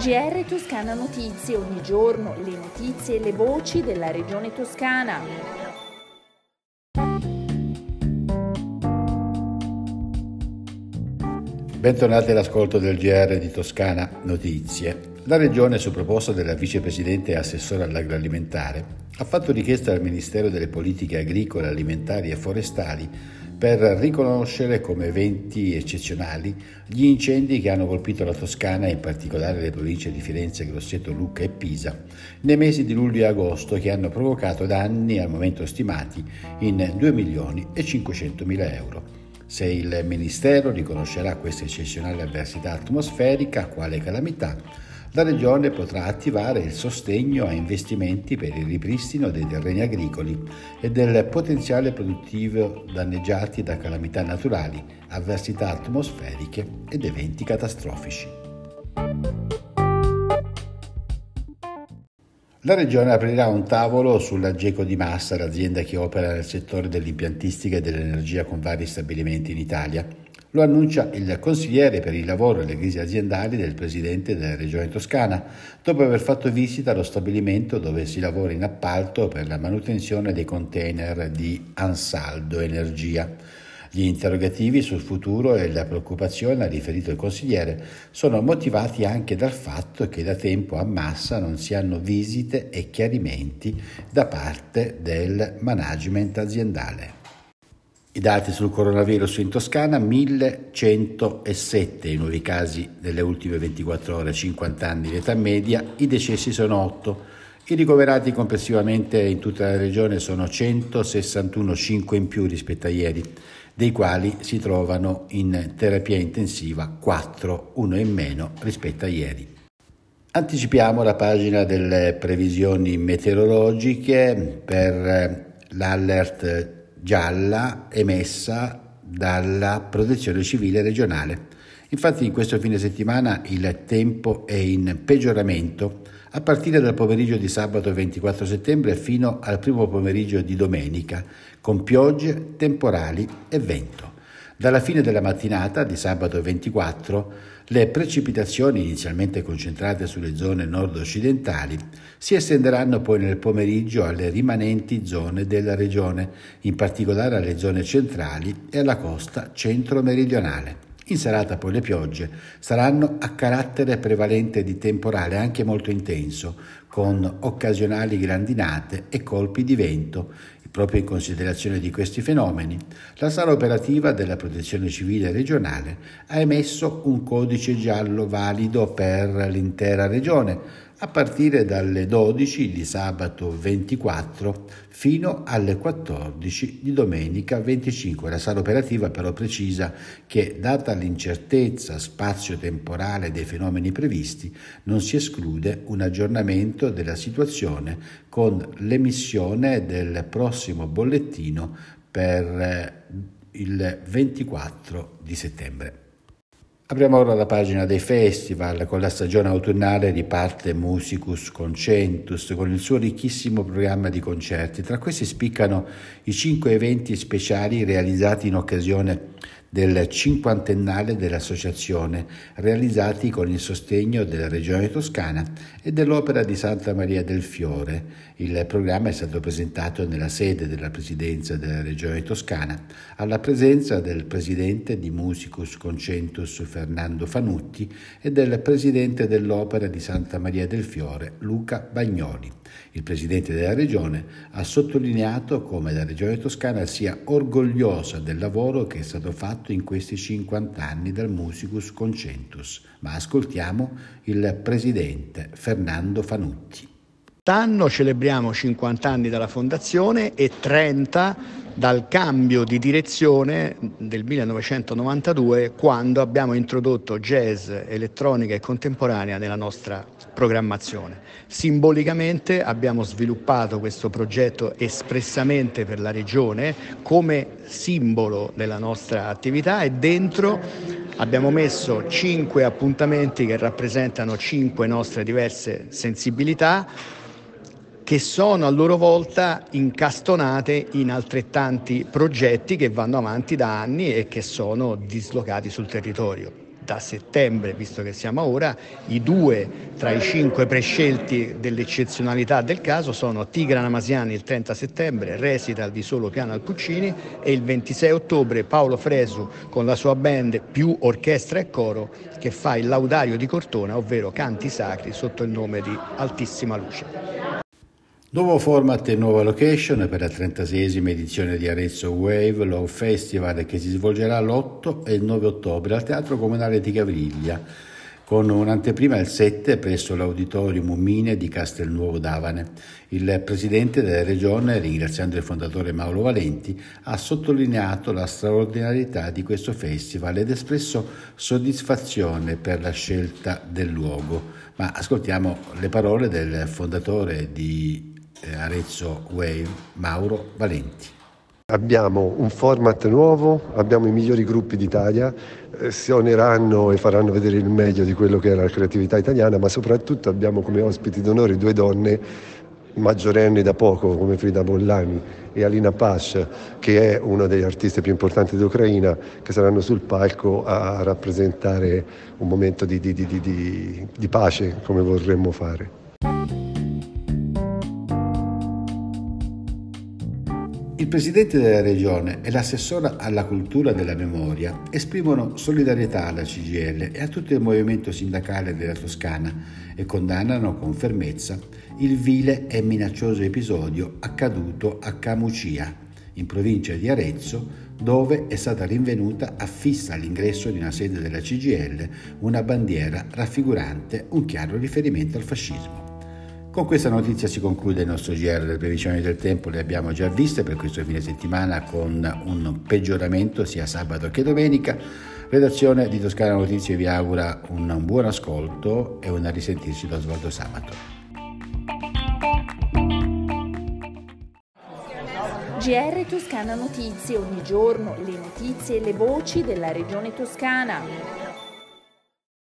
GR Toscana Notizie, ogni giorno le notizie e le voci della regione toscana. Bentornati all'ascolto del GR di Toscana Notizie. La Regione, su proposta della vicepresidente e assessore all'agroalimentare, ha fatto richiesta al Ministero delle Politiche Agricole, Alimentari e Forestali per riconoscere come eventi eccezionali gli incendi che hanno colpito la Toscana, in particolare le province di Firenze, Grosseto, Lucca e Pisa, nei mesi di luglio e agosto, che hanno provocato danni al momento stimati in 2.500.000 euro. Se il Ministero riconoscerà questa eccezionale avversità atmosferica quale calamità, la Regione potrà attivare il sostegno a investimenti per il ripristino dei terreni agricoli e del potenziale produttivo danneggiati da calamità naturali, avversità atmosferiche ed eventi catastrofici. La Regione aprirà un tavolo sulla Geco di Massa, l'azienda che opera nel settore dell'impiantistica e dell'energia con vari stabilimenti in Italia. Lo annuncia il consigliere per il lavoro e le crisi aziendali del presidente della Regione Toscana, dopo aver fatto visita allo stabilimento dove si lavora in appalto per la manutenzione dei container di Ansaldo Energia. Gli interrogativi sul futuro e la preoccupazione, ha riferito il consigliere, sono motivati anche dal fatto che da tempo a Massa non si hanno visite e chiarimenti da parte del management aziendale. I dati sul coronavirus in Toscana: 1107 i nuovi casi delle ultime 24 ore, 50 anni di età media, i decessi sono 8. I ricoverati complessivamente in tutta la regione sono 161, 5 in più rispetto a ieri, dei quali si trovano in terapia intensiva 4, 1 in meno rispetto a ieri. Anticipiamo la pagina delle previsioni meteorologiche per l'alert gialla emessa dalla Protezione Civile regionale. Infatti in questo fine settimana il tempo è in peggioramento a partire dal pomeriggio di sabato 24 settembre fino al primo pomeriggio di domenica, con piogge, temporali e vento. Dalla fine della mattinata di sabato 24 le precipitazioni, inizialmente concentrate sulle zone nord-occidentali, si estenderanno poi nel pomeriggio alle rimanenti zone della regione, in particolare alle zone centrali e alla costa centro-meridionale. In serata poi le piogge saranno a carattere prevalente di temporale anche molto intenso, con occasionali grandinate e colpi di vento. Proprio in considerazione di questi fenomeni, la sala operativa della Protezione Civile regionale ha emesso un codice giallo valido per l'intera regione, a partire dalle 12 di sabato 24 fino alle 14 di domenica 25. La sala operativa però precisa che, data l'incertezza spazio-temporale dei fenomeni previsti, non si esclude un aggiornamento della situazione con l'emissione del prossimo bollettino per il 24 di settembre. Apriamo ora la pagina dei festival. Con la stagione autunnale riparte Musicus Concentus con il suo ricchissimo programma di concerti. Tra questi spiccano i 5 eventi speciali realizzati in occasione del cinquantennale dell'associazione, realizzati con il sostegno della Regione Toscana e dell'Opera di Santa Maria del Fiore. Il programma è stato presentato nella sede della Presidenza della Regione Toscana, alla presenza del Presidente di Musicus Concentus Fernando Fanutti e del Presidente dell'Opera di Santa Maria del Fiore Luca Bagnoli. Il Presidente della Regione ha sottolineato come la Regione Toscana sia orgogliosa del lavoro che è stato fatto in questi 50 anni dal Musicus Concentus. Ma ascoltiamo il Presidente Fernando Fanutti. Quest'anno celebriamo 50 anni dalla fondazione e 30 dal cambio di direzione del 1992, quando abbiamo introdotto jazz, elettronica e contemporanea nella nostra programmazione. Simbolicamente abbiamo sviluppato questo progetto espressamente per la Regione come simbolo della nostra attività e dentro abbiamo messo 5 appuntamenti che rappresentano 5 nostre diverse sensibilità, che sono a loro volta incastonate in altrettanti progetti che vanno avanti da anni e che sono dislocati sul territorio. da settembre, visto che siamo a ora, i 2 tra i 5 prescelti dell'eccezionalità del caso sono Tigran Amasiani il 30 settembre, recital di solo piano al Puccini, e il 26 ottobre Paolo Fresu con la sua band più orchestra e coro che fa il Laudario di Cortona, ovvero canti sacri sotto il nome di Altissima Luce. Nuovo format e nuova location per la 36esima edizione di Arezzo Wave Love Festival, che si svolgerà l'8 e il 9 ottobre al Teatro Comunale di Cavriglia, con un'anteprima il 7 presso l'Auditorium Mine di Castelnuovo d'Avane. Il presidente della regione, ringraziando il fondatore Mauro Valenti, ha sottolineato la straordinarietà di questo festival ed espresso soddisfazione per la scelta del luogo. Ma ascoltiamo le parole del fondatore di Arezzo Wave, Mauro Valenti. Abbiamo un format nuovo, abbiamo i migliori gruppi d'Italia, si oneranno e faranno vedere il meglio di quello che è la creatività italiana, ma soprattutto abbiamo come ospiti d'onore 2 donne maggiorenni da poco, come Frida Bollani e Alina Pash, che è uno degli artisti più importanti d'Ucraina, che saranno sul palco a rappresentare un momento di pace, come vorremmo fare. Il presidente della regione e l'assessora alla cultura della memoria esprimono solidarietà alla CGIL e a tutto il movimento sindacale della Toscana e condannano con fermezza il vile e minaccioso episodio accaduto a Camucia, in provincia di Arezzo, dove è stata rinvenuta affissa all'ingresso di una sede della CGIL una bandiera raffigurante un chiaro riferimento al fascismo. Con questa notizia si conclude il nostro GR delle previsioni del tempo, le abbiamo già viste per questo fine settimana con un peggioramento sia sabato che domenica. Redazione di Toscana Notizie vi augura un buon ascolto e un risentirci da Osvaldo Sabato. GR Toscana Notizie, ogni giorno le notizie e le voci della regione toscana.